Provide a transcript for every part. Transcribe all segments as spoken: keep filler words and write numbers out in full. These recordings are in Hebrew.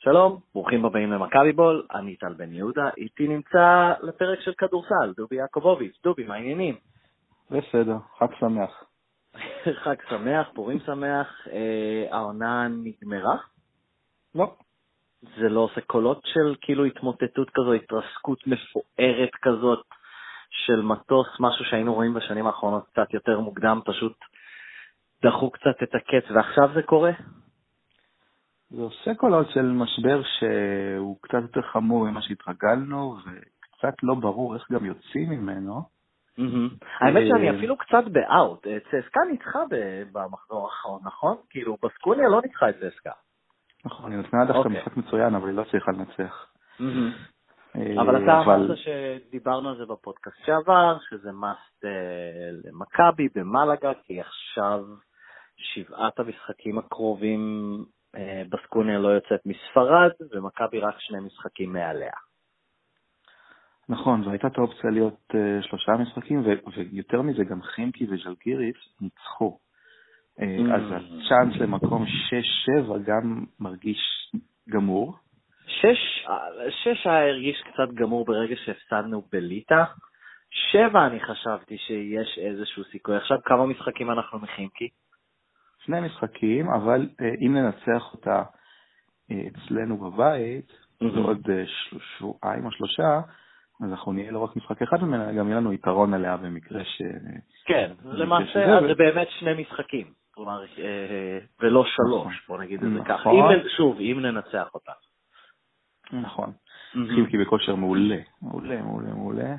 שלום, ברוכים הבאים למכבי בול, אני טל בן יהודה, איתי נמצא לפרק של כדורסל, דובי יעקובוביץ'. דובי, מה העניינים? בסדר, חג שמח. חג שמח, פורים שמח, אה, העונה נגמרה? לא. זה לא עושה קולות של כאילו התמוטטות כזו, התרסקות מפוארת כזאת של מטוס, משהו שהיינו רואים בשנים האחרונות קצת יותר מוקדם, פשוט דחו קצת את הקץ, ועכשיו זה קורה? זה עושה קולות של משבר שהוא קצת יותר חמור ממה שהתרגלנו, וקצת לא ברור איך גם יוצאים ממנו. האמת שאני אפילו קצת באוט. צסקה ניצחה במחזור האחרון, נכון? כאילו, בסקוניה לא ניצחה את צסקה. נכון, היא נתנה דווקא משחק מצוין, אבל היא לא צריכה לנצח. אבל אתה אמרת שדיברנו על זה בפודקאסט שעבר, שזה מאסט למכבי במלאגה, כי עכשיו שבעת המשחקים הקרובים בסקוניה לא יוצאת מספרד, ומכבי רק שני משחקים מעליה. נכון, זו הייתה את האופציה להיות uh, שלושה משחקים, ו- ויותר מזה גם חימקי וז'לגיריס ניצחו. Uh, mm. אז הצ'אנס למקום שש שבע גם מרגיש גמור. שש, שש הרגיש קצת גמור ברגע שהפסדנו בליטה. שבע אני חשבתי שיש איזשהו סיכוי. עכשיו כמה משחקים אנחנו מחימקי? שני משחקים, אבל uh, אם ננצח אותה uh, אצלנו בבית, mm-hmm. זה עוד uh, שבועיים או שלושה, אז אנחנו נהיה לא רק משחק אחד ממנה, גם יהיה לנו יתרון עליה במקרה ש... כן, למעשה, אז זה באמת שני משחקים, כלומר, ולא שלוש, בוא נגיד את זה ככה. שוב, אם ננצח אותה. נכון. חימקי בכושר מעולה, מעולה, מעולה, מעולה.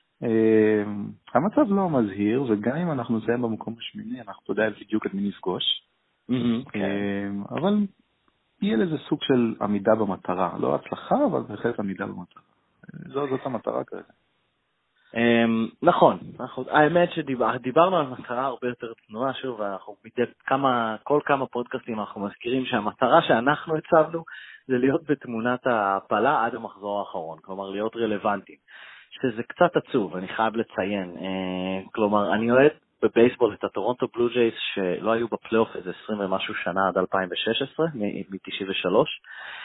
המצב לא מזהיר, וגם אם אנחנו נסיים במקום השמיני, אנחנו לא יודעים בדיוק את מי נפגוש. אבל יהיה לזה סוג של עמידה במטרה. לא הצלחה, אבל בהחלט עמידה במטרה. זאת המטרה כרגע. נכון, האמת שדיברנו על מטרה הרבה יותר תנועה, שוב, אנחנו כל כמה פודקאסטים אנחנו מזכירים שהמטרה שאנחנו הצבנו זה להיות בתמונת ההפלה עד המחזור האחרון, כלומר להיות רלוונטיים, שזה קצת עצוב, אני חייב לציין, כלומר אני אוהד בבייסבול את הטורונטו בלו ג'ייס שלא היו בפלייאוף איזה עשרים ומשהו שנה עד אלפיים ושש עשרה, מ-תשעים ושלוש,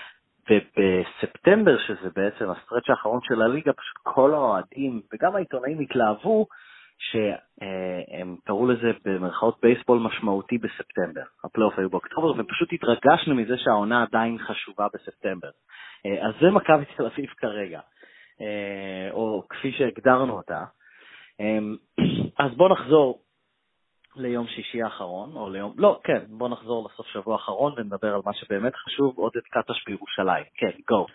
ובספטמבר, שזה בעצם הסטרץ' האחרון של הליגה, פשוט כל האוהדים וגם העיתונאים התלהבו שהם קראו לזה במרכאות בייסבול משמעותי בספטמבר. הפלייאוף היו באוקטובר, ופשוט התרגשנו מזה שהעונה עדיין חשובה בספטמבר. אז זה מכבי תל אביב כרגע, או כפי שהגדרנו אותה. אז בוא נחזור ליום שישי האחרון, או ליום, לא, כן, בוא נחזור לסוף שבוע האחרון ונדבר על מה שבאמת חשוב, עוד את קטש בירושלים. כן, גו.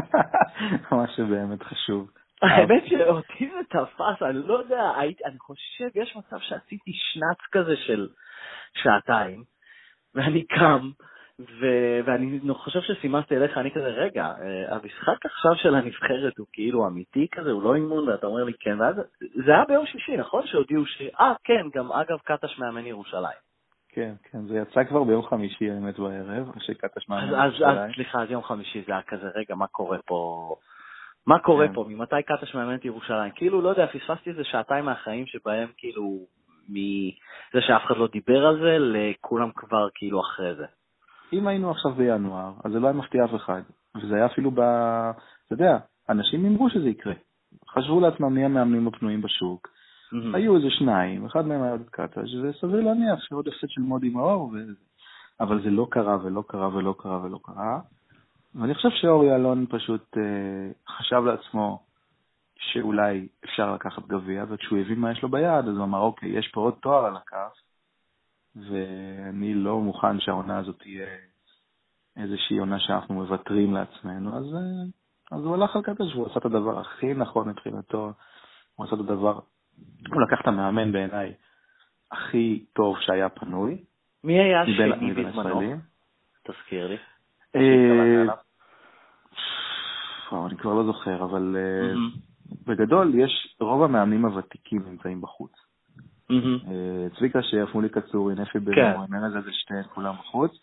מה שבאמת חשוב. האמת שאותי זה תפס, אני לא יודע, אני חושב, יש מצב שעשיתי שנץ כזה של שעתיים, ואני קם, ואני חושב שסימסתי אליך, אני כזה, רגע, המשחק עכשיו של הנבחרת הוא כאילו אמיתי כזה, הוא לא אימון, ואתה אומר לי כן, ואז זה היה ביום שישי, נכון? שהודיעו ש... אה, כן, גם אגב קטש מאמן ירושלים. כן, כן, זה יצא כבר ביום חמישי, האמת בערב, שקטש מאמן ירושלים. אז סליחה, אז יום חמישי זה היה כזה, רגע, מה קורה פה? מה קורה פה? ממתי קטש מאמן ירושלים? כאילו, לא יודע, פספסתי איזה שעתיים מהחיים שבהם כאילו, מזה שאף אחד לא דיבר על זה, לכולם כבר כאילו אחרי זה. אם היינו עכשיו בינואר, אז זה לא היה מפתיע אף אחד. וזה היה אפילו ב... אתה יודע, אנשים אמרו שזה יקרה. חשבו לעצמם מי המאמנים הפנויים בשוק. Mm-hmm. היו איזה שניים, אחד מהם היה עוד קטש, וזה סביר להניח שעוד הפסד של מודי מאור, ו... אבל זה לא קרה ולא קרה ולא קרה ולא קרה. ואני חושב שאורי אלון פשוט אה, חשב לעצמו שאולי אפשר לקחת גביע, וכשהוא הבין מה יש לו ביד, אז הוא אמר, אוקיי, יש פה עוד תואר על הכף, ואני לא מוכן שהעונה הזאת תהיה איזושהי עונה שאנחנו מבטרים לעצמנו, אז, אז הוא הלך על קטש, והוא עשה את הדבר הכי נכון מבחינתו, הוא עשה את הדבר, הוא לקח את המאמן בעיניי הכי טוב שהיה פנוי. מי היה השני בזמנו? תזכיר לי. אני כבר לא זוכר, אבל בגדול יש, רוב המאמנים הוותיקים נמצאים בחוץ. צביקה שף, מולי קצורי, נפי בנו, המאמן הזה זה שתיהן כולם בחוץ,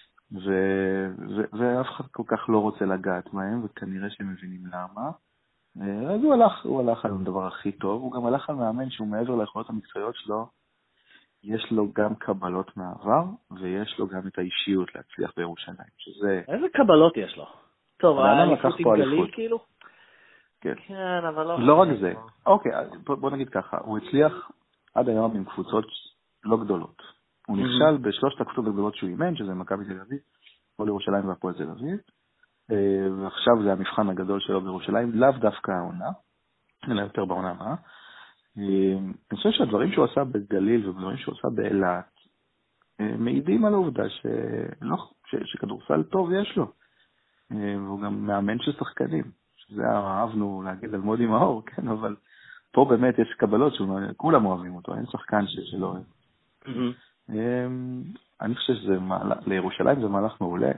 ואף אחד כל כך לא רוצה לגעת מהם, וכנראה שהם מבינים למה. אז הוא הלך, הוא הלך על הדבר הכי טוב, הוא גם הלך על מאמן שהוא מעבר ליכולות המקצועיות שלו, יש לו גם קבלות מעבר, ויש לו גם את האישיות להצליח בירושלים, שזה... איזה קבלות יש לו? טוב, האליפות עם גליל כאילו? כן. כן, אבל לא... לא רק זה. אוקיי, בוא נגיד ככה, הוא הצליח עד היום עם קבוצות לא גדולות. הוא נכשל בשלושת הקבוצות הגדולות שהוא אימן, שזה מכבי תל אביב, הפועל ירושלים והפועל תל אביב, ועכשיו זה המבחן הגדול שלו בירושלים, לאו דווקא העונה, אלא יותר בעונה הבאה. אני חושב שהדברים שהוא עשה בגליל ודברים שהוא עשה באילת, מעידים על העובדה שלא, שכדורסל טוב יש לו. והוא גם מאמן של שחקנים, שזה אהבנו להגיד על מודי מאור, כן, אבל פה באמת יש קבלות שכולם אוהבים אותו, אין שחקן שלא אוהב. אני חושב שלירושלים זה מהלך מעולה.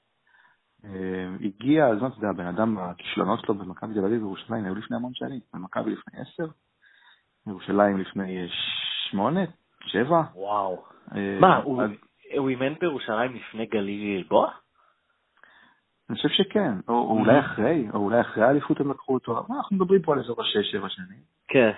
הגיע, אז מה אתה יודע, הבן אדם, הכישלונות שלו במכבי תל אביב וירושלים היו לפני המון שנים, במכבי לפני עשר, ירושלים לפני שמונה, שבע. וואו. מה, הוא אימן בירושלים לפני גליל גלבוע? אני חושב שכן, או אולי אחרי, או אולי אחרי האליפות הם לקחו אותו, אנחנו מדברים פה על אזור השש, שבע שנים. כן.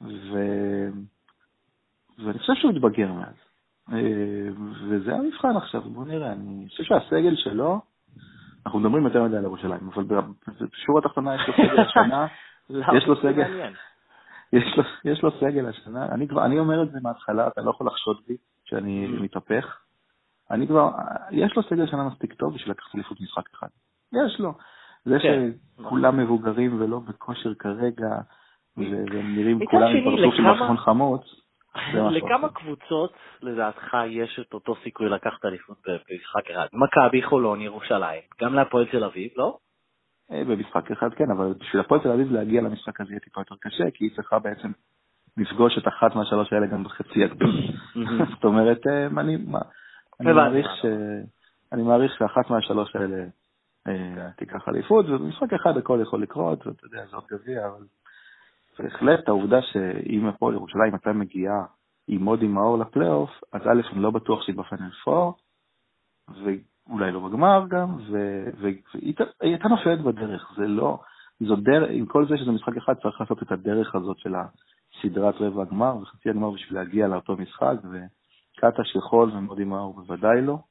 ואני חושב שהוא התבגר מאז. וזה המבחן עכשיו, בואו נראה, אני חושב שהסגל שלו, אנחנו מדברים יותר מדי על ירושלים, אבל בשורה התחתונה יש לו סגל השנה, יש לו סגל, יש לו סגל השנה, אני אומר את זה מההתחלה, אתה לא יכול לחשוד בי שאני מתהפך, אני כבר, יש לו סגל שנה מספיק טוב בשביל לקחת אליפות משחק אחד. יש לו. זה שכולם מבוגרים ולא בכושר כרגע, והם נראים כולם עם פרצוף של מחון חמוץ. לכמה קבוצות, לדעתך, יש את אותו סיכוי לקחת אליפות במשחק אחד? מכבי, חולון, ירושלים. גם להפועל תל אביב, לא? במשחק אחד, כן, אבל בשביל הפועל תל אביב להגיע למשחק הזה יהיה טיפה יותר קשה, כי היא צריכה בעצם לפגוש את אחת מהשלוש האלה גם בחצי הגדול. זאת אומרת, אני... אני מעריך ש... אני מעריך שאחת מהשלוש האלה תיקח אליפות, ובמשחק אחד הכל יכול לקרות, ואתה יודע, זה עוד גביע, אבל בהחלט העובדה שאם הפועל ירושלים אתה מגיעה עם מודי מאור לפלייאוף, אז א' אני לא בטוח שהיא בפאנל פור, ואולי לא בגמר גם, והיא הייתה נופלת בדרך, זה לא, זו דרך, עם כל זה שזה משחק אחד, צריך לעשות את הדרך הזאת של הסדרת רבע הגמר, וחצי הגמר בשביל להגיע לאותו משחק, ו... קטש יכול ומודי מאור בוודאי לא.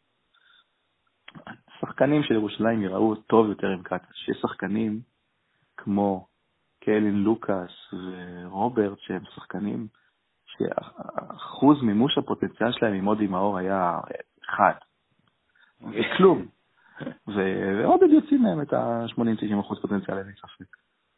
שחקנים של ירושלים יראו טוב יותר עם קטש. יש שחקנים כמו קלין לוקאס ורוברט, שהם שחקנים שאחוז מימוש הפוטנציאל שלהם עם מודי מאור היה אחד. וכלום. ועוד עוד יוצאים מהם את ה-שמונים תשעים אחוז פוטנציאל, אין לי ספק.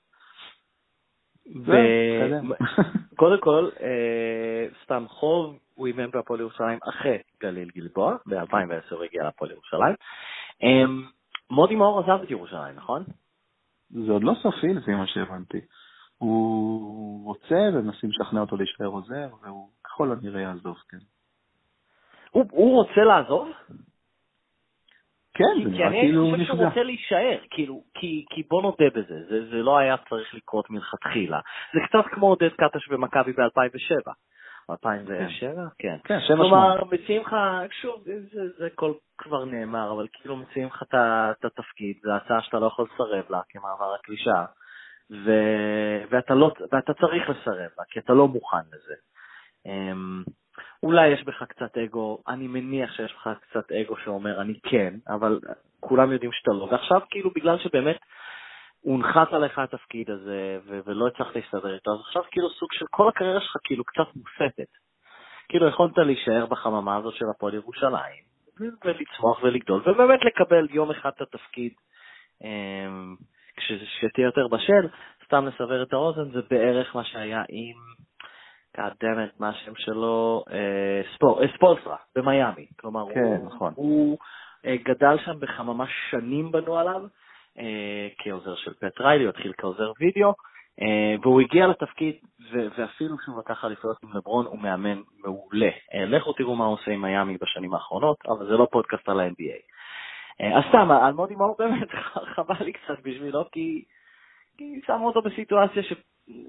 קודם כל, סתם חוב, הוא אימן בהפועל ירושלים אחרי גליל גלבוע, ב-אלפיים ועשר הגיע להפועל ירושלים. מודי מאור עזב את ירושלים, נכון? זה עוד לא סופי לפי מה שהבנתי. הוא רוצה ומנסים לשכנע אותו להישאר עוזר, והוא ככל הנראה יעזוב, כן. הוא רוצה לעזוב? כן, זה נראה כאילו אני חושב שהוא רוצה להישאר, כאילו, כי, כי בוא נודה בזה, זה, זה לא היה צריך לקרות מלכתחילה. זה קצת כמו עודד קטש במכבי ב-אלפיים ושבע. אלפיים ושבע? כן. כן, שבע שמונה. כלומר, מציעים לך, שוב, זה, זה כל כבר נאמר, אבל כאילו מציעים לך את התפקיד, זה הצעה שאתה לא יכול לסרב לה, כמעבר הקלישה, ו, ואתה, לא, ואתה צריך לסרב לה, כי אתה לא מוכן לזה. אולי יש בך קצת אגו, אני מניח שיש בך קצת אגו שאומר אני כן, אבל כולם יודעים שאתה לא. ועכשיו כאילו בגלל שבאמת הונחת עליך התפקיד הזה ו- ולא הצלחת להסתדר איתו, אז עכשיו כאילו סוג של כל הקריירה שלך כאילו קצת מוספת. כאילו יכולת להישאר בחממה הזאת של הפועל ירושלים ולצמוח ולגדול, ובאמת לקבל יום אחד את התפקיד כשתהיה יותר בשל. סתם לסבר את האוזן, זה בערך מה שהיה עם קדמת, מה השם שלו, ספולסטרה, במיימי. כלומר, הוא גדל שם בחממה שנים בנו עליו, כעוזר של פט ריילי, הוא התחיל כעוזר וידאו, והוא הגיע לתפקיד, ואפילו שהוא לקח אליפויות עם לברון, הוא מאמן מעולה. לכו תראו מה הוא עושה עם מיימי בשנים האחרונות, אבל זה לא פודקאסט על ה-אן בי איי. אז סתם, על מודי מאור באמת חבל לי קצת בשבילו, כי שמו אותו בסיטואציה ש...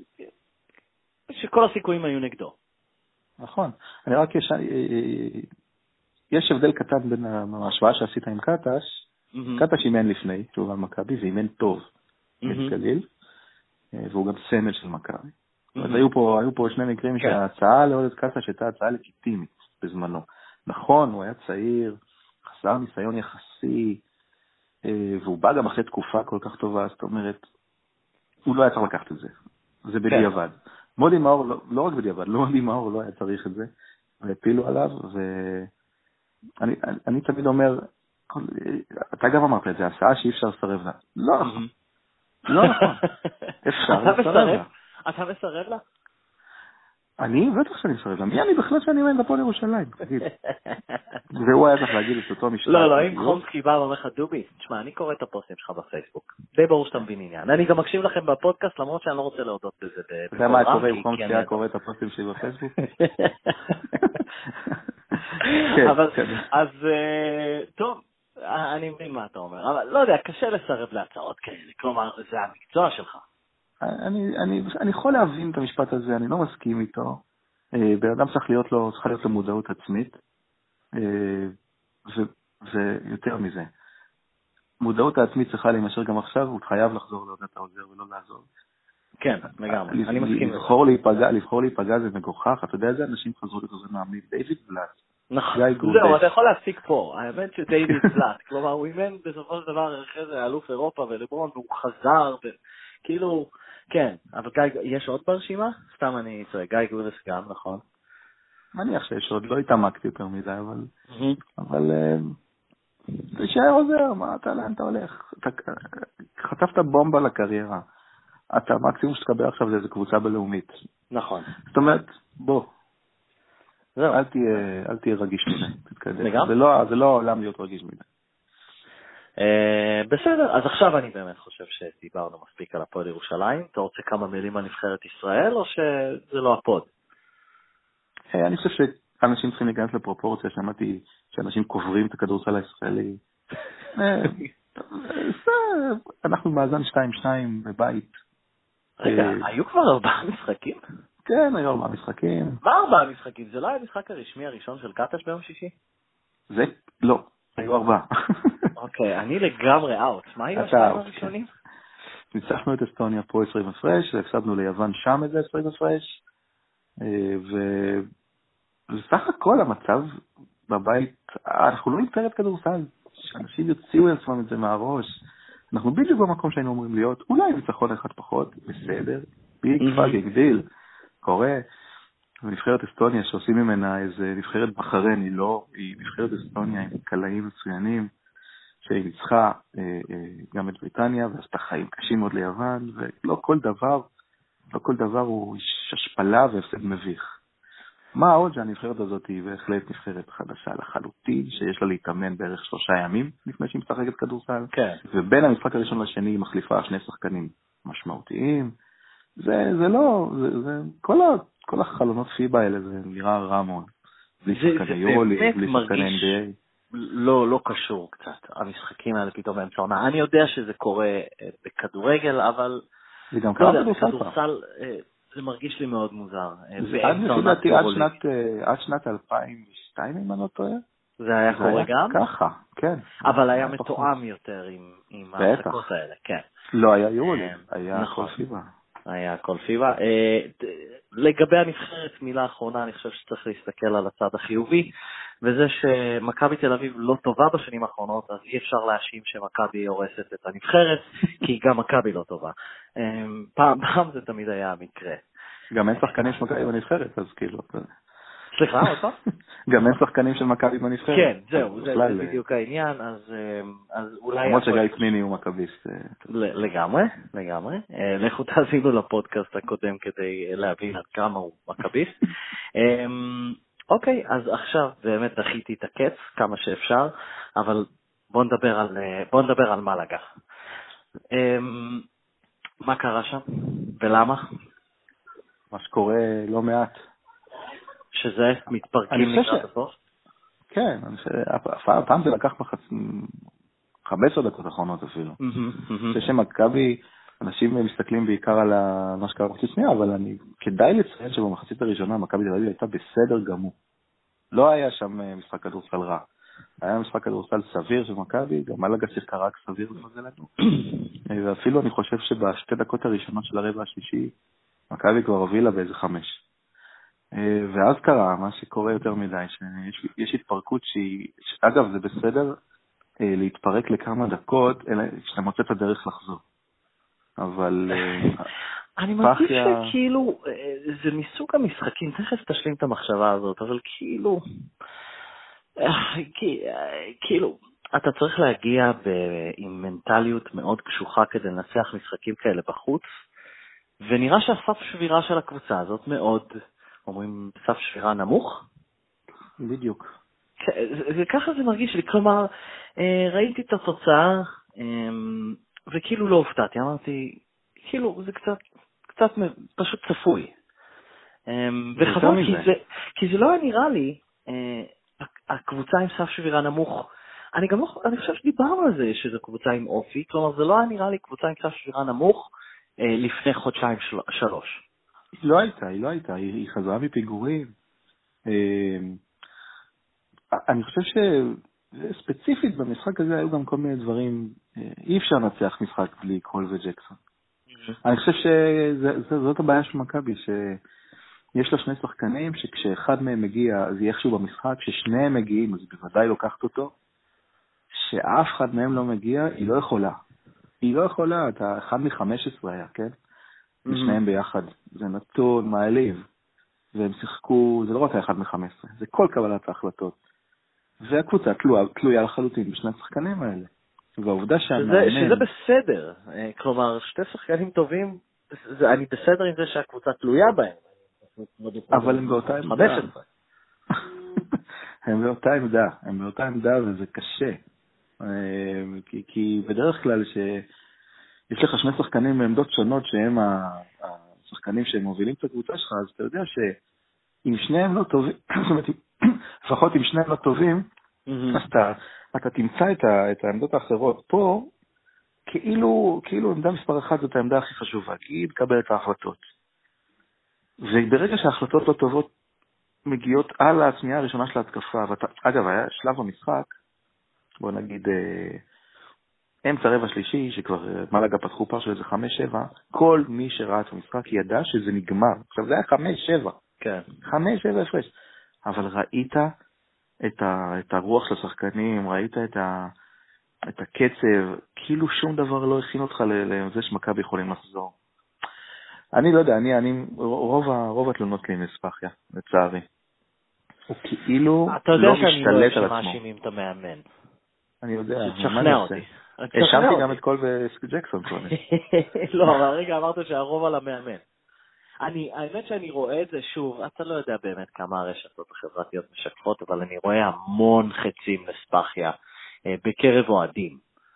שכל הסיכויים היו נגדו. נכון. אני רק יש... יש הבדל קטן בין ההשוואה שעשית עם קטש. קטש אימן לפני, שהוא על מכבי, ואימן טוב את גליל, והוא גם סמל של מכבי. אז היו פה, היו פה שני מקרים שההצעה לעודד קטש הייתה הצעה לגיטימית בזמנו. נכון, הוא היה צעיר, חסר ניסיון יחסי, והוא בא גם אחרי תקופה כל כך טובה, זאת אומרת, הוא לא היה צריך לקחת את זה. זה בדיעבד. מודי מאור, לא, לא רק בדיעבד, לא מודי מאור לא היה צריך את זה, והפילו עליו, ואני אני, אני תמיד אומר, אתה גם אמרת את זה, הסעה שאי אפשר לסרב לה. לא נכון. לא נכון. אפשר לסרב לה. אתה מסרב לה? אני בטח שאני מסרב לה. מי אני בכלל שאני מן לפועל ירושלים? תגיד. והוא היה צריך להגיד את אותו משפט. לא, לא, אם חומסקי בא ואומר לך, דובי, תשמע, אני קורא את הפוסטים שלך בפייסבוק. די ברור שאתה מבין עניין. אני גם מקשיב לכם בפודקאסט, למרות שאני לא רוצה להודות בזה. אתה יודע מה קורה אם חומסקי היה קורא את הפוסטים שלי בפייסבוק? אבל, אז, טוב, אני מבין מה אתה אומר. אבל לא יודע, קשה לסרב להצעות כאלה. כלומר, זה המקצוע שלך. אני, אני, אני יכול להבין את המשפט הזה, אני לא מסכים איתו. בן אדם צריך להיות לו, צריכה להיות לו מודעות עצמית, ויותר מזה. מודעות העצמית צריכה להימשך גם עכשיו, הוא חייב לחזור לעודת העוזר ולא לעזור. כן, לגמרי, אני מסכים. לבחור להיפגע, לבחור להיפגע זה מגוחך, אתה יודע איזה אנשים חזרו לחזור מאמנים, דיוויד בלאט. נכון, זהו, אתה יכול להפסיק פה, האמת שדיוויד בלאט, כלומר הוא אימן בסופו של דבר אחרי זה אלוף אירופה ולברון, והוא חזר, כאילו, כן, אבל גיא, יש עוד ברשימה? סתם אני צועק, גיא גודס גם, נכון? מניח שיש עוד, לא התעמקתי יותר מדי, אבל, אבל, תשאר עוזר, מה אתה, לאן אתה הולך? אתה חטפת בומבה לקריירה, אתה מקסימום שתקבל עכשיו זה איזו קבוצה בלאומית. נכון. זאת אומרת, בוא, אל תהיה, אל תהיה רגיש מדי, תתקדם. זה לא, זה לא העולם להיות רגיש מדי. בסדר, אז עכשיו אני באמת חושב שדיברנו מספיק על הפוד ירושלים. אתה רוצה כמה מילים על נבחרת ישראל, או שזה לא הפוד? אני חושב שאנשים צריכים להיכנס לפרופורציה, שמעתי שאנשים קוברים את הכדורסל הישראלי. אנחנו מאזן שתיים שתיים בבית. רגע, היו כבר ארבעה משחקים? כן, היו ארבעה משחקים. מה ארבעה משחקים? זה לא היה המשחק הרשמי הראשון של קטש ביום שישי? זה? לא, היו ארבעה. אוקיי, אני לגמרי אאוט. מה היו השניים הראשונים? ניצחנו את אסטוניה פה עשרים הפרש, והפסדנו ליוון שם איזה עשרים הפרש, ובסך הכל המצב בבית, אנחנו לא נפטרת כדורסל, שאנשים יוציאו לעצמם את זה מהראש, אנחנו בדיוק במקום שהיינו אומרים להיות, אולי ניצחון אחד פחות, בסדר, ביג פאגינג דיל, קורה, ונבחרת אסטוניה שעושים ממנה איזה נבחרת בחרן, היא לא, היא נבחרת אסטוניה עם קלעים מצוינים, שהיא ניצחה אה, אה, גם את בריטניה, ועשתה חיים קשים מאוד ליוון, ולא כל דבר, לא כל דבר הוא השפלה והפסד מביך. מה עוד שהנבחרת הזאת היא בהחלט נבחרת חדשה לחלוטין, שיש לה להתאמן בערך שלושה ימים לפני שהיא משחקת כדורסל, כן. ובין המשחק הראשון לשני היא מחליפה שני שחקנים משמעותיים. זה, זה לא, זה, זה, כל, ה, כל החלונות פיבה האלה, זה נראה רע מאוד. בלי שחקני יורוליג, בלי שחקני אן בי איי. לא, לא קשור קצת, המשחקים האלה פתאום באמצע עונה. אני יודע שזה קורה בכדורגל, אבל זה גם קרה בכדורסל, זה מרגיש לי מאוד מוזר. עד שנת אלפיים ושתיים, אם אני לא טועה. זה היה קורה גם? ככה, כן. אבל היה מתואם יותר עם ההפסקות האלה, כן. לא היה יורוליג, היה כל פיבה. היה כל פיבה. לגבי הנבחרת, מילה אחרונה, אני חושב שצריך להסתכל על הצד החיובי, וזה שמכבי תל אביב לא טובה בשנים האחרונות, אז אי אפשר להאשים שמכבי הורסת את הנבחרת, כי גם מכבי לא טובה. פעם פעם זה תמיד היה המקרה. גם אין שחקנים של מכבי בנבחרת, אז כאילו... סליחה, עוד פעם? גם אין שחקנים של מכבי בנבחרת. כן, זהו, זה בדיוק העניין, אז אולי... למרות שגיא פניני הוא מכביסט. לגמרי, לגמרי. לכו תאזינו לפודקאסט הקודם כדי להבין עד כמה הוא מכביסט. אוקיי, אז עכשיו באמת דחיתי את הקץ כמה שאפשר, אבל בואו נדבר על, בואו נדבר על מלאגה. מה קרה שם ולמה? מה שקורה לא מעט. שזה מתפרקים לקראת הסוף? כן, הפעם זה לקח חמש עשרה דקות אחרונות אפילו. זה שמכבי, אנשים מסתכלים בעיקר על מה שקרה במחצית שנייה, אבל אני כדאי לציין שבמחצית הראשונה מכבי תל אביב הייתה בסדר גמור. לא היה שם משחק כדורסל רע. היה משחק כדורסל סביר של מכבי, גם מלאגה שיחקה רק סביר למזלנו. ואפילו אני חושב שבשתי דקות הראשונות של הרבע השלישי, מכבי כבר הובילה באיזה חמש. ואז קרה מה שקורה יותר מדי, שיש התפרקות שהיא, אגב זה בסדר, להתפרק לכמה דקות, אלא כשאתה מוצא את הדרך לחזור. אבל אני מרגיש שכאילו, זה מסוג המשחקים, תכף תשלים את המחשבה הזאת, אבל כאילו, כאילו, אתה צריך להגיע עם מנטליות מאוד קשוחה כדי לנצח משחקים כאלה בחוץ, ונראה שהסף שבירה של הקבוצה הזאת מאוד, אומרים, סף שבירה נמוך. בדיוק. וככה זה מרגיש לי, כלומר, ראיתי את התוצאה, וכאילו לא הופתעתי, אמרתי, כאילו זה קצת, קצת פשוט צפוי. וחבל, כי זה, כי זה לא היה נראה לי, הקבוצה עם סף שבירה נמוך, אני גם לא, אני חושב שדיברנו על זה, שזו קבוצה עם אופי, כלומר זה לא היה נראה לי קבוצה עם סף שבירה נמוך, לפני חודשיים שלוש. היא לא הייתה, היא לא הייתה, היא חזרה מפיגורים. אני חושב שספציפית במשחק הזה היו גם כל מיני דברים, אי אפשר לנצח משחק בלי קול וג'קסון. אני חושב שזאת הבעיה של מכבי, שיש לה שני שחקנים שכשאחד מהם מגיע, אז יהיה איכשהו במשחק, כששניהם מגיעים, אז בוודאי לוקחת אותו, שאף אחד מהם לא מגיע, היא לא יכולה. היא לא יכולה, אתה אחד מ-חמש עשרה היה, כן? ושניהם ביחד. זה נתון מעליב. והם שיחקו, זה לא רק אחד מ-חמש עשרה, זה כל קבלת ההחלטות. והקבוצה תלויה, תלויה לחלוטין בשני השחקנים האלה. והעובדה שהמאמן... שזה בסדר. כלומר, שתי שחקנים טובים, זה, אני בסדר עם זה שהקבוצה תלויה בהם. אבל הם באותה עמדה. הם באותה עמדה. הם באותה עמדה וזה קשה. כי, כי בדרך כלל שיש לך שני שחקנים בעמדות שונות שהם השחקנים שהם מובילים את הקבוצה שלך, אז אתה יודע שאם שניהם לא טובים, זאת אומרת, לפחות אם שניהם לא טובים, אז אתה, אתה תמצא את, ה, את העמדות האחרות. פה, כאילו, כאילו עמדה מספר אחת זאת העמדה הכי חשובה, כי היא תקבל את ההחלטות. וברגע שההחלטות לא טובות מגיעות על השנייה הראשונה של ההתקפה, ואתה, אגב, היה שלב במשחק, בוא נגיד, אה, אמצע רבע שלישי, שכבר מלאגה פתחו פער של איזה חמש שבע, כל מי שראה את המשחק ידע שזה נגמר. עכשיו זה היה חמש שבע. כן. חמש שבע הפרש. אבל ראית את, ה, את הרוח של השחקנים, ראית את, ה, את הקצב, כאילו שום דבר לא הכין אותך לזה שמכבי יכולים לחזור. אני לא יודע, אני, אני, רוב, רוב התלונות לי מספחיה, לצערי. הוא כאילו לא משתלט על עצמו. אתה יודע שאני לא מאשימים את המאמן. אני יודע. תשכנע אותי. האשמתי גם את קול וג'קסון. לא, אבל הרגע אמרת שהרוב על המאמן. אני, האמת שאני רואה את זה שוב, אתה לא יודע באמת כמה הרשתות החברתיות משקפות, אבל אני רואה המון חצים לספחיה בקרב אוהדים.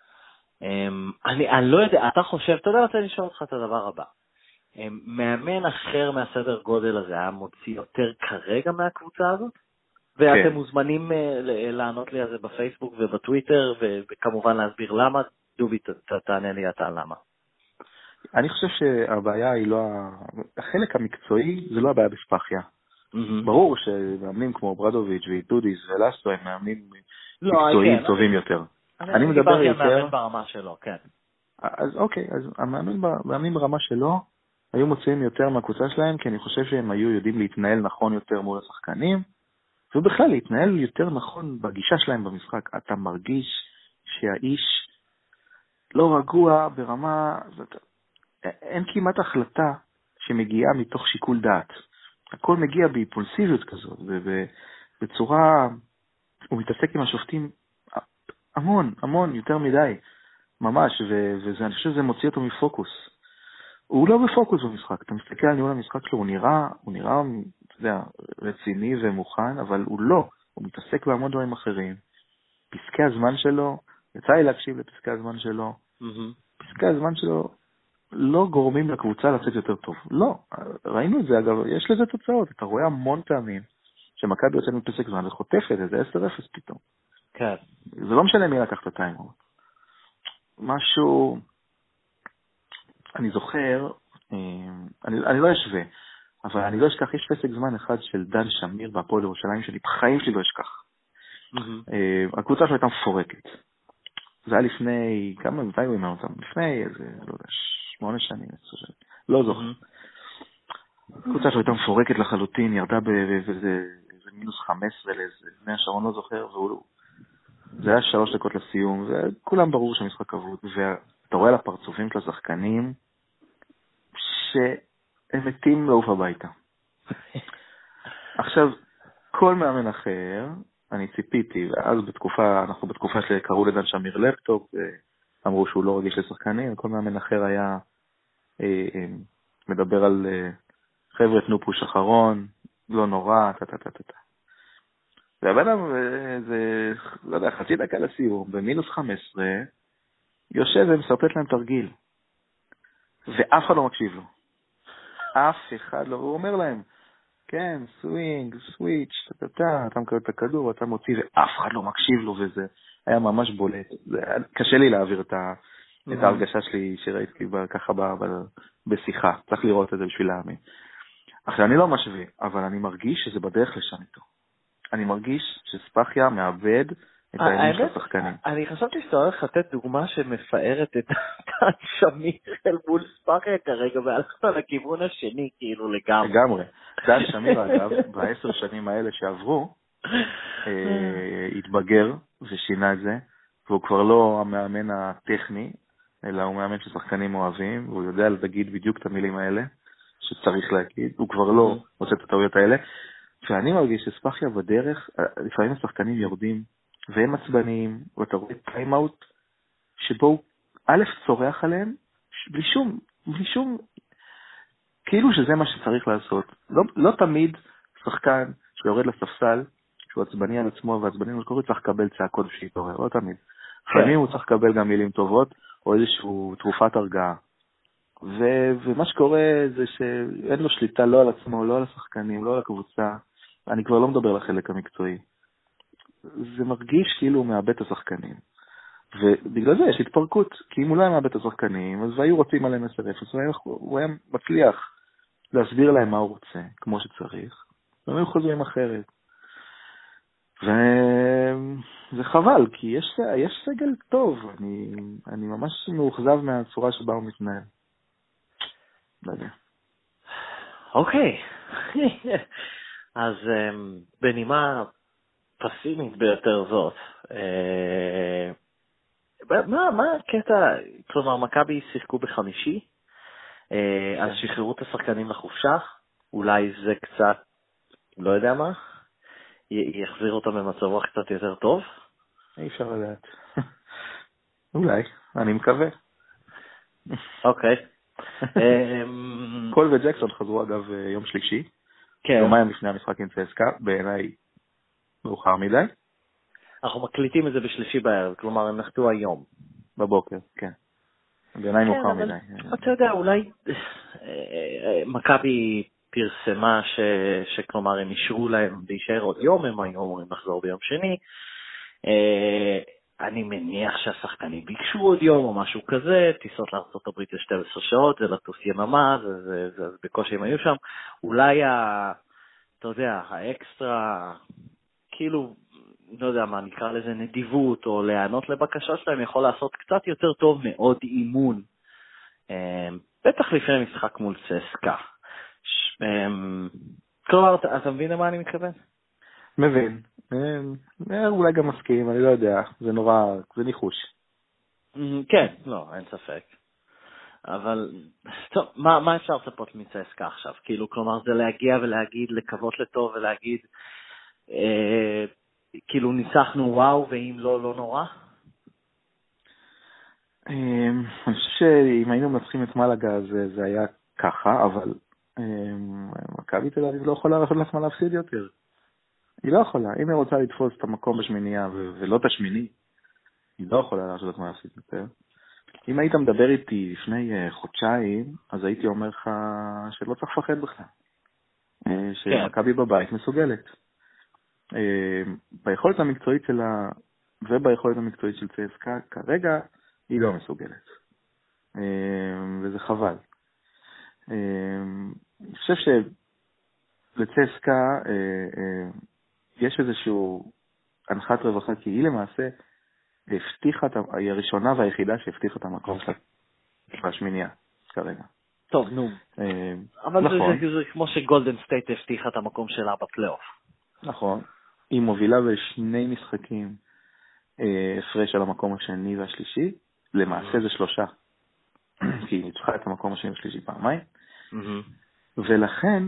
אני, אני לא יודע, אתה חושב, אתה יודע, רוצה לשאול אותך את הדבר הבא. מאמן אחר מהסדר גודל הזה היה מוציא יותר כרגע מהקבוצה הזאת? ואתם מוזמנים לענות לי על זה בפייסבוק ובטוויטר, וכמובן להסביר למה. דובי, תענה לי אתה למה. אני חושב שהבעיה היא לא, החלק המקצועי זה לא הבעיה בספחיה. ברור שמאמנים כמו ברדוביץ' ואיטודיס ולסטו הם מאמנים מקצועיים טובים יותר. אני מדבר יותר... מאמן ברמה שלו, כן. אז אוקיי, אז המאמנים ברמה שלו היו מוציאים יותר מהקבוצה שלהם, כי אני חושב שהם היו יודעים להתנהל נכון יותר מול השחקנים, ובכלל להתנהל יותר נכון בגישה שלהם במשחק. אתה מרגיש שהאיש לא רגוע ברמה, אין כמעט החלטה שמגיעה מתוך שיקול דעת. הכל מגיע באימפולסיביות כזאת, ובצורה, הוא מתעסק עם השופטים המון, המון, יותר מדי, ממש, וזה, אני חושב שזה מוציא אותו מפוקוס. הוא לא בפוקוס במשחק, אתה מסתכל על ניהול המשחק שלו, הוא נראה, הוא נראה, אתה יודע, רציני ומוכן, אבל הוא לא, הוא מתעסק בהמון דברים אחרים. פסקי הזמן שלו, יצא לי להקשיב לפסקי הזמן שלו, פסקי הזמן שלו לא גורמים לקבוצה לצאת יותר טוב. לא, ראינו את זה, אגב, יש לזה תוצאות, אתה רואה המון פעמים שמכבי יוצא מפסק זמן וחוטפת איזה עשר אפס פתאום. כן. זה לא משנה מי לקח את הטיימאוט. משהו... אני זוכר, אני, אני לא אשווה, אבל אני לא אשכח, יש פסק זמן אחד של דן שמיר בהפועל ירושלים, שאני בחיים שלי לא אשכח. Mm-hmm. הקבוצה שלו הייתה מפורקת. זה היה לפני, כמה, מתי הוא אימן אותם? לפני איזה, לא יודע, שמונה שנים, לא זוכר. Mm-hmm. הקבוצה שלו הייתה מפורקת לחלוטין, ירדה באיזה מינוס חמש עשרה לאיזה בני השרון, לא זוכר, והוא זה היה שלוש דקות לסיום, וכולם ברור שהמשחק אבוד, ואתה רואה לפרצופים של השחקנים, שהם מתים לעוף הביתה. עכשיו, כל מאמן אחר, אני ציפיתי, ואז בתקופה, אנחנו בתקופה שקראו לדן שמיר לפטופ, אמרו שהוא לא רגיש לשחקנים, כל מאמן אחר היה אה, אה, מדבר על אה, חבר'ה תנו פוש אחרון, לא נורא, טה-טה-טה-טה. והבנם, זה, לא יודע, חצי דקה לסיום, במינוס חמש עשרה, יושב ומסרטט להם תרגיל, ואף אחד לא מקשיב לו. אף אחד לא, הוא אומר להם, כן, סווינג, סוויץ', טה-טה-טה, אתה מקבל את הכדור, אתה מוציא, ואף אחד לא מקשיב לו, וזה היה ממש בולט. זה, קשה לי להעביר את, ה, mm-hmm. את ההרגשה שלי שראיתי ככה ב, ב, בשיחה. צריך לראות את זה בשביל להאמין. עכשיו, אני לא משווה, אבל אני מרגיש שזה בדרך לשם איתו. אני מרגיש שספחיה מאבד את העניין של השחקנים. אני חשבתי שאתה הולך לתת דוגמה שמפארת את דן שמיר אל מול ספחיה כרגע, והלכת לכיוון השני, כאילו לגמרי. לגמרי. דן שמיר, אגב, בעשר שנים האלה שעברו, התבגר ושינה את זה, והוא כבר לא המאמן הטכני, אלא הוא מאמן ששחקנים אוהבים, והוא יודע להגיד בדיוק את המילים האלה שצריך להגיד, הוא כבר לא עושה את הטעויות האלה, ואני מרגיש שספחיה בדרך, לפעמים השחקנים יורדים, והם עצבניים, ואתה רואה טיימאוט, שבו הוא א' צורח עליהם, בלי שום, בלי שום, כאילו שזה מה שצריך לעשות. לא, לא תמיד שחקן שיורד לספסל, שהוא עצבני על עצמו, ועצבני על עצמו, צריך לקבל צעקות ושיתעורר, לא תמיד. לפעמים הוא צריך לקבל גם מילים טובות, או איזשהו תרופת הרגעה. ו- ומה שקורה זה שאין לו שליטה לא על עצמו, לא על השחקנים, לא על הקבוצה. אני כבר לא מדבר לחלק המקצועי. זה מרגיש כאילו הוא מאבד את השחקנים. ובגלל זה יש התפרקות, כי אם הוא לא היה מאבד את השחקנים, אז היו רוצים עליהם עשר אפס, הוא היה מצליח להסביר להם מה הוא רוצה, כמו שצריך, והם היו חוזרים אחרת. וזה חבל, כי יש, יש סגל טוב, אני, אני ממש מאוכזב מהצורה שבה הוא מתנהל. לא יודע. אוקיי. אז בנימה פסימית ביותר זאת, מה, מה הקטע, כלומר, מכבי שיחקו בחמישי, אז שחררו את השחקנים לחופשה, אולי זה קצת, לא יודע מה, יחזיר אותם במצב רוח קצת יותר טוב? אי אפשר לדעת. אולי, אני מקווה. אוקיי. קול וג'קסון חזרו אגב יום שלישי, יומיים לפני המשחק עם צסקה, בעיניי מאוחר מדי. אנחנו מקליטים את זה בשלישי בערב, כלומר הם נחתו היום. בבוקר, כן. בעיניי מאוחר מדי. אתה יודע, אולי מכבי פרסמה שכלומר הם אישרו להם להישאר עוד יום, הם היו אמורים לחזור ביום שני. אני מניח שהשחקנים ביקשו עוד יום או משהו כזה, טיסות לארצות הברית ל-שתים עשרה שעות, זה לטוס יממה, זה, זה, זה בקושי הם היו שם. אולי, ה, אתה יודע, האקסטרה, כאילו, לא יודע מה, נקרא לזה נדיבות, או להיענות לבקשה שלהם, יכול לעשות קצת יותר טוב מאוד אימון. בטח לפני משחק מול צסקה. כלומר, אתה, אתה מבין למה אני מתכוון? מבין. אולי גם מסכים, אני לא יודע, זה נורא, זה ניחוש. כן, לא, אין ספק. אבל, טוב, מה, מה אפשר לצפות מצסקה עכשיו? כאילו, כלומר, זה להגיע ולהגיד, לקוות לטוב ולהגיד, אה, כאילו, ניצחנו וואו, ואם לא, לא נורא? אני חושב שאם היינו מנצחים את מלאגה, זה, זה היה ככה, אבל מכבי תל אביב לא יכולה לעשות לעצמה להפסיד יותר. היא לא יכולה. אם היא רוצה לתפוס את המקום בשמינייה ולא את השמיני, היא לא יכולה לעשות לעצמה להפסיד יותר. אם היית מדבר איתי לפני חודשיים, אז הייתי אומר לך שלא צריך לפחד בכלל. שמכבי בבית מסוגלת. ביכולת המקצועית שלה וביכולת המקצועית של צסקה, כרגע היא לא מסוגלת. וזה חבל. אני חושב שלצסקה יש איזשהו הנחת רווחה, כי היא למעשה הבטיחה, היא הראשונה והיחידה שהבטיחה את המקום שלה בשמינייה כרגע. טוב, נו. אבל נכון. זה, זה כמו שגולדן סטייט הבטיחה את המקום שלה בפלייאוף. נכון. היא מובילה בשני משחקים הפרש על המקום השני והשלישי, למעשה זה שלושה, כי היא ניצחה את המקום השני והשלישי פעמיים, ולכן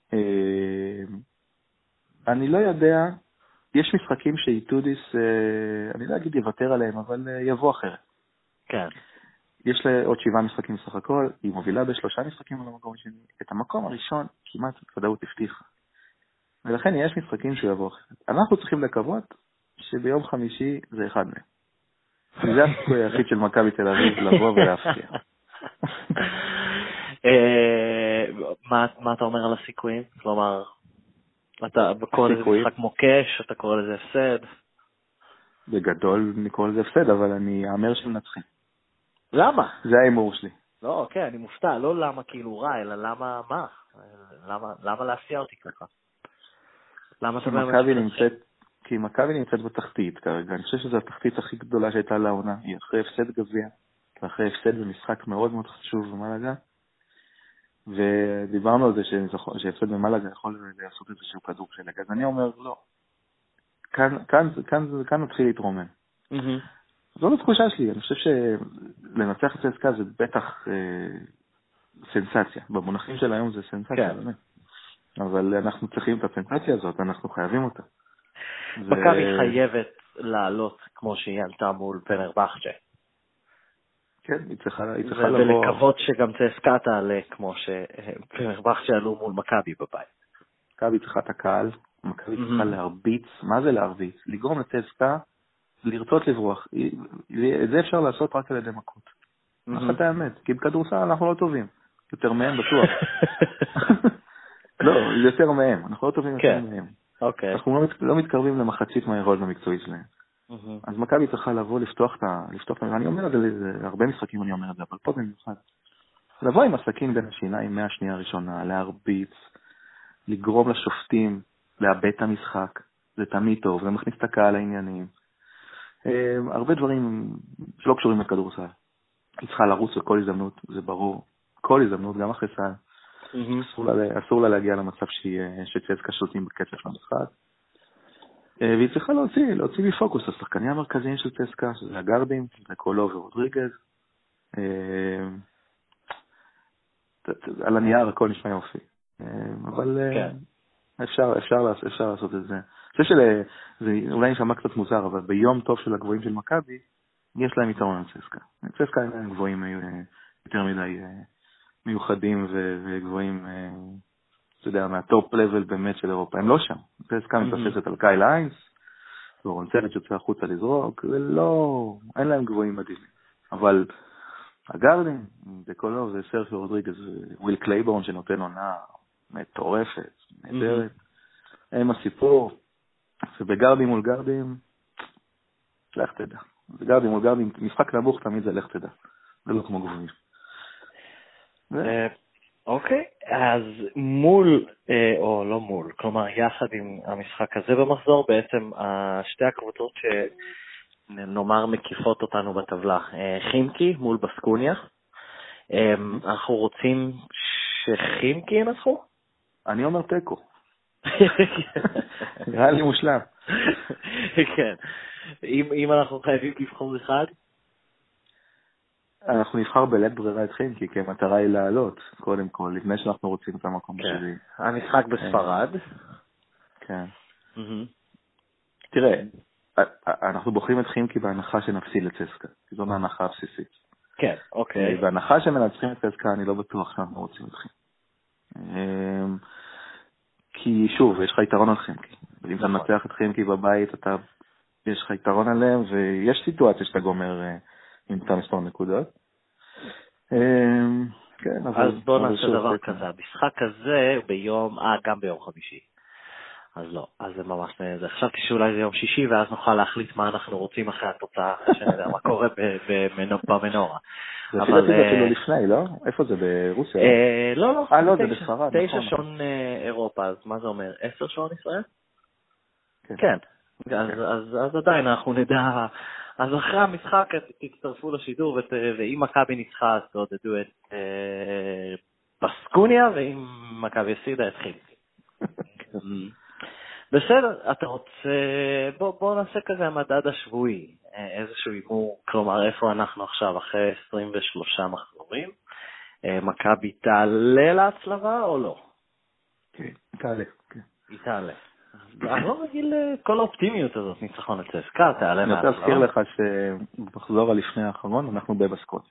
אני לא יודע, יש משחקים שאיתודיס, אני לא אגיד יוותר עליהם, אבל יבוא אחרת. כן. יש לה עוד שבעה משחקים סך הכל, היא מובילה בשלושה משחקים על המקום השני. את המקום הראשון כמעט ודאות הבטיחה. ולכן יש משחקים שהוא יבוא אחרת. אנחנו צריכים לקוות שביום חמישי זה אחד מהם. זה הסיכוי היחיד של מכבי תל אביב לבוא ולהפתיע. מה אתה אומר על הסיכויים? כלומר, אתה קורא לזה משחק מוקש, אתה קורא לזה הפסד? בגדול נקרא לזה הפסד, אבל אני אאמר שמנצחים. למה? זה האימור שלי. לא, אוקיי, אני מופתע, לא למה כאילו רע, אלא למה מה? למה, למה להפתיע אותי ככה? למה אתה אומר מכבי נמצאת, כי מכבי נמצאת בתחתית כרגע, אני חושב שזו התחתית הכי גדולה שהייתה לעונה, היא אחרי הפסד גביע, ואחרי הפסד במשחק מאוד מאוד חשוב במלאגה, ודיברנו על זה שהפסד במלאגה יכול לעשות איזשהו כדור שלג, אז אני אומר לא, כאן, כאן, כאן, כאן נתחיל להתרומם. זו התחושה שלי, אני חושב שלנצח את צסקה זה בטח אה, סנסציה, במונחים של היום זה סנסציה, כן. אבל אנחנו צריכים את הסנסציה הזאת, אנחנו חייבים אותה. מכבי ו... חייבת לעלות כמו שהיא עלתה מול פנרבחצ'ה. כן, היא צריכה, היא צריכה ו- לבוא... ולקוות שגם צסקה תעלה כמו שפנרבחצ'ה עלו מול מכבי בבית. מכבי צריכה את הקהל, מכבי צריכה mm-hmm. להרביץ, מה זה להרביץ? לגרום לצסקה, לרצות לברוח. את זה אפשר לעשות רק על ידי מכות. אחת האמת, כי בכדורסל אנחנו לא טובים. יותר מהם בטוח. לא, יותר מהם. אנחנו לא טובים יותר מהם. אנחנו לא מתקרבים למחצית מהיכולת המקצועית שלהם. אז מכבי צריכה לבוא לפתוח את ה... אני אומר את זה, הרבה משחקים אני אומר את זה, אבל פה במיוחד. לבוא עם עסקים בין השיניים מהשנייה הראשונה, להרביץ, לגרום לשופטים, לאבד את המשחק. זה תמיד טוב, זה מכניס את הקהל לעניינים. הרבה דברים שלא קשורים לכדורסל. היא צריכה לרוץ בכל הזדמנות, זה ברור. כל הזדמנות, גם אחרי סל. אסור לה להגיע למצב שצסקה שולטים בקצב של המשחק. והיא צריכה להוציא, להוציא מפוקוס השחקנים המרכזיים של צסקה, שזה הגרדים, זה קולו ורודריגז. על הנייר הכל נשמע יופי. אבל אפשר, אפשר, אפשר לעשות את זה. אני חושב שזה אולי נשמע קצת מוזר, אבל ביום טוב של הגבוהים של מכבי, יש להם יתרון על צסקה. צסקה הם גבוהים יותר מדי מיוחדים וגבוהים, אתה יודע, מהטופ לבל באמת של אירופה. הם לא שם. צסקה מתבססת על קייל איינס, ואורן צוות שיוצא החוצה לזרוק, ולא, אין להם גבוהים מדהימים. אבל הגרדים, בקולו, זה סרחיו רודריגז, וויל קלייבורן שנותן עונה מטורפת, נהדרת. הם הסיפור. ובגרדים מול גרדים, לך תדע. בגרדים מול גרדים, משחק נמוך תמיד זה לך תדע. זה לא כמו גבוהים. אוקיי, אז מול, או לא מול, כלומר יחד עם המשחק הזה במחזור, בעצם שתי הקבוצות שנאמר מקיפות אותנו בטבלה, חימקי מול בסקוניה. אנחנו רוצים שחימקי ינצחו? אני אומר טקו. נראה לי מושלם. כן. אם אנחנו חייבים לבחור אחד? אנחנו נבחר בלית ברירה את חימקי, כי המטרה היא לעלות, קודם כל, לפני שאנחנו רוצים את המקום שלי. המשחק בספרד. כן. תראה, אנחנו בוחרים את חימקי בהנחה שנפסיד לצסקה, כי זו ההנחה הבסיסית. כן, אוקיי. בהנחה שמנצחים את צסקה, אני לא בטוח שאנחנו רוצים את חימקי. כי שוב, יש לך יתרון על חימקי. ואם אתה מנצח את חימקי בבית, אתה, יש לך יתרון עליהם, ויש סיטואציה שאתה גומר עם אותם מספר נקודות. כן, אבל... אז בוא נעשה דבר כזה. המשחק הזה ביום, אה, גם ביום חמישי. אז לא, אז זה ממש זה. חשבתי שאולי זה יום שישי, ואז נוכל להחליט מה אנחנו רוצים אחרי התוצאה, שנדע מה קורה במנורה. זה אפילו אפילו לפני, לא? איפה זה, ברוסיה? לא, לא. אה, לא, זה בספרד. תשע שעון אירופה, אז מה זה אומר? עשר שעון ישראל? כן. אז עדיין אנחנו נדע, אז אחרי המשחק תצטרפו לשידור, ואם מכבי ניצחה, אז תעודדו את בסקוניה, ואם מכבי הפסידה, את חימקי. בסדר, אתה רוצה, בוא, בוא נעשה כזה המדד השבועי. איזשהו אימור, כלומר איפה אנחנו עכשיו אחרי עשרים ושלושה מחזורים. מכבי תעלה להצלבה או לא? כן, תעלה. היא תעלה. אני לא רגיל כל האופטימיות הזאת, ניצחון את צסקה, תעלה מהצלבה. אני רוצה להזכיר לך שבחזור הלפני האחרון אנחנו בבסקוניה.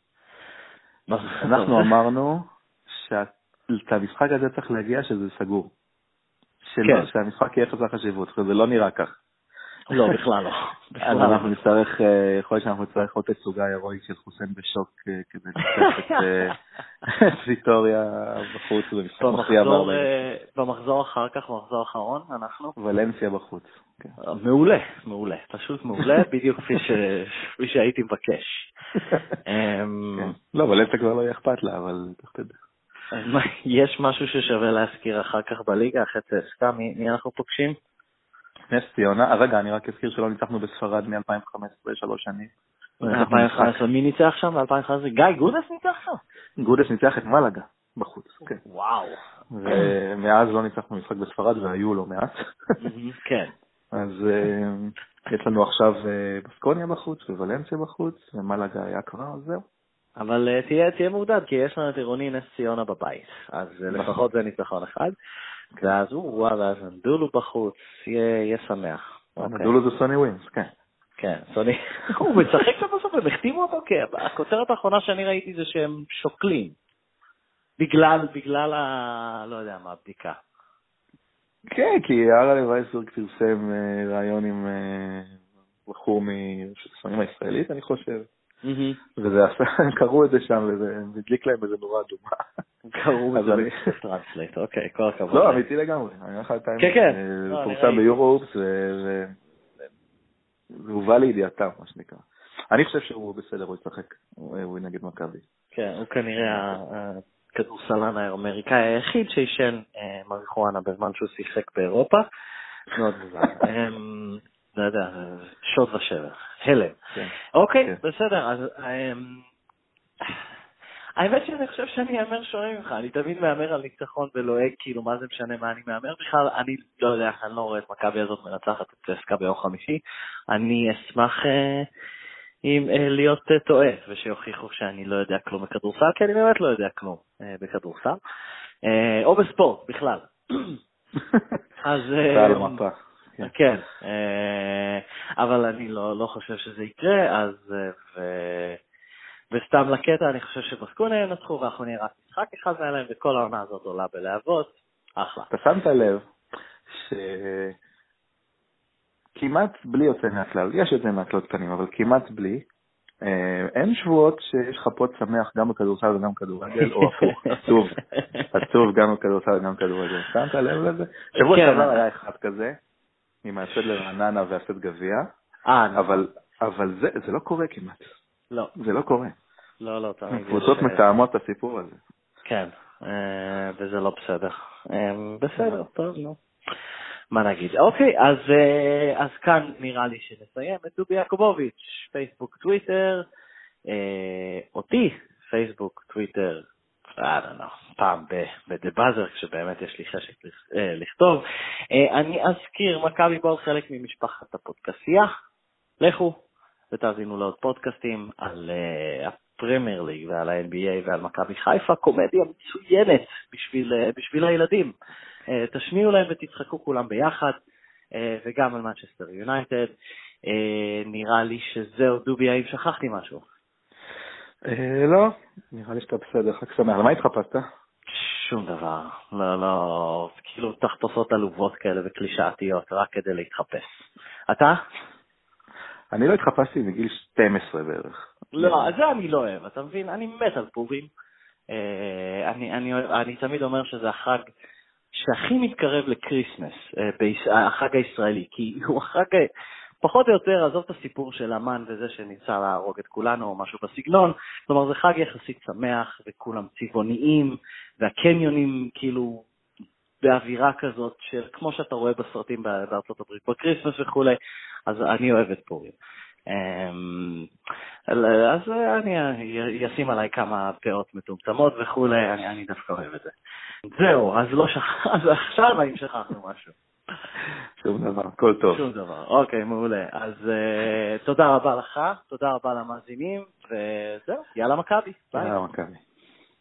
אנחנו אמרנו שאת המשחק הזה צריך להגיע שזה סגור. שהמשחק יהיה חסר חשיבות, וזה לא נראה כך. לא, בכלל לא. אז אנחנו נצטרך, יכול להיות שאנחנו נצטרך עוד תצוגה הירואית של חוסיין בשוק כדי לצטרך את ויטוריה בחוץ. במחזור אחר כך, במחזור האחרון, אנחנו? ולנסיה בחוץ. מעולה, מעולה. פשוט מעולה, בדיוק כפי שהייתי מבקש. לא, ולנסיה כבר לא יהיה אכפת לה, אבל תחתד. יש משהו ששווה להזכיר אחר כך בליגה, אחרי צסקה, מי אנחנו פוגשים? נס ציונה, רגע, אני רק אזכיר שלא ניצחנו בספרד מ-אלפיים וחמש עשרה, שלוש שנים. אלפיים וחמש עשרה, מי ניצח שם ב-אלפיים וחמש עשרה? גיא, גודס ניצח שם? גודס ניצח את מלאגה בחוץ. וואו. ומאז לא ניצחנו משחק בספרד, והיו לא מעט. כן. אז יש לנו עכשיו בסקוניה בחוץ, וולנסיה בחוץ, ומלאגה היה כבר, אז זהו. אבל תהיה מעודד, כי יש לנו את עירוני נס ציונה בבית, אז לפחות זה ניצחון אחד. ואז הוא, ואז נדולו בחוץ, יהיה שמח. נדולו זה סוני ווינס, כן. כן, סוני. הוא משחק שם בסוף, הם החתימו אותו, כי הכותרת האחרונה שאני ראיתי זה שהם שוקלים. בגלל, בגלל ה... לא יודע מה, הבדיקה. כן, כי ארלה וייסברג פרסם רעיון עם בחור מהספנים הישראלית, אני חושב. וזה עשה, הם קראו את זה שם, וזה הדליק להם איזה נורא אדומה. קראו את זה בטרנסלייט, אוקיי, כל הכבוד. לא, אמיתי לגמרי. אני הולך על כן, כן. זה פורסם ביורופס, והובא לידיעתם, מה שנקרא. אני חושב שהוא בסדר, הוא יצחק, הוא נגד מכבי. כן, הוא כנראה הכדורסלן האמריקאי היחיד שישן מריחואנה בזמן שהוא שיחק באירופה. מאוד מוזר. לא יודע, שוט ושבר, הלם. אוקיי, בסדר, אז האמת שאני חושב שאני אאמר שונה ממך, אני תמיד מאמר על ניצחון ולועג, כאילו מה זה משנה מה אני מאמר בכלל, אני לא יודע, אני לא רואה את מכבי הזאת מנצחת את צסקה ביום חמישי, אני אשמח להיות טועה, ושיוכיחו שאני לא יודע כלום בכדורסל, כי אני באמת לא יודע כלום בכדורסל, או בספורט בכלל. אז... על המפה. כן, אבל אני לא חושב שזה יקרה, אז וסתם לקטע אני חושב שבסקוניה ינצחו, ואנחנו נראה רק משחק אחד מעליהם, וכל העונה הזאת עולה בלהבות, אחלה. אתה שמת לב שכמעט בלי יוצא מהכלל, יש יוצא מהכלל קטנים, אבל כמעט בלי, אין שבועות שיש לך פוד שמח גם בכדורסל וגם בכדורגל, או הפוך, עצוב, עצוב גם בכדורסל וגם בכדורגל. שמת לב לזה? שבוע שעבר היה אחד כזה, עם ההפסד לרעננה והפסד גביע, אבל אבל זה זה לא קורה כמעט. לא. זה לא קורה. לא, לא, תמיד. קבוצות מתאמות את הסיפור הזה. כן, וזה לא בסדר. בסדר, טוב, נו. מה נגיד? אוקיי, אז אז כאן נראה לי שנסיים את דובי יעקובוביץ', פייסבוק, טוויטר, אותי, פייסבוק, טוויטר, פעם ב"דה באזר", כשבאמת יש לי חשק לכתוב. אני אזכיר, מכבי בול חלק ממשפחת הפודקאסטייה. לכו ותאזינו לעוד פודקאסטים על הפרמייר ליג ועל ה-אן בי איי ועל מכבי חיפה, קומדיה מצוינת בשביל, בשביל הילדים. תשמיעו להם ותצחקו כולם ביחד, וגם על מנצ'סטר יונייטד. נראה לי שזהו, דובי, האם שכחתי משהו? לא, נראה לי שאתה בסדר, חג שמח. למה התחפשת? שום דבר, לא, לא, כאילו תחפושות עלובות כאלה וקלישאתיות, רק כדי להתחפש. אתה? אני לא התחפשתי מגיל שתים עשרה בערך. לא, זה אני לא אוהב, אתה מבין? אני מת על פורים. אני, אני, אני תמיד אומר שזה החג שהכי מתקרב לקריסמס, החג הישראלי, כי הוא החג... פחות או יותר, עזוב את הסיפור של אמן וזה שניסה להרוג את כולנו או משהו בסגנון, כלומר זה חג יחסית שמח וכולם צבעוניים, והקניונים כאילו באווירה כזאת של כמו שאתה רואה בסרטים בארצות הברית, בקריסמס וכו', אז אני אוהב את פורים. אז אני אשים עליי כמה פאות מטומטמות וכולי, אני, אני דווקא אוהב את זה. זהו, אז לא שכח, אז עכשיו האם שכחנו משהו. שום דבר, הכל טוב. שום דבר, אוקיי, מעולה. אז uh, תודה רבה לך, תודה רבה למאזינים, וזהו, יאללה מכבי. יאללה מכבי.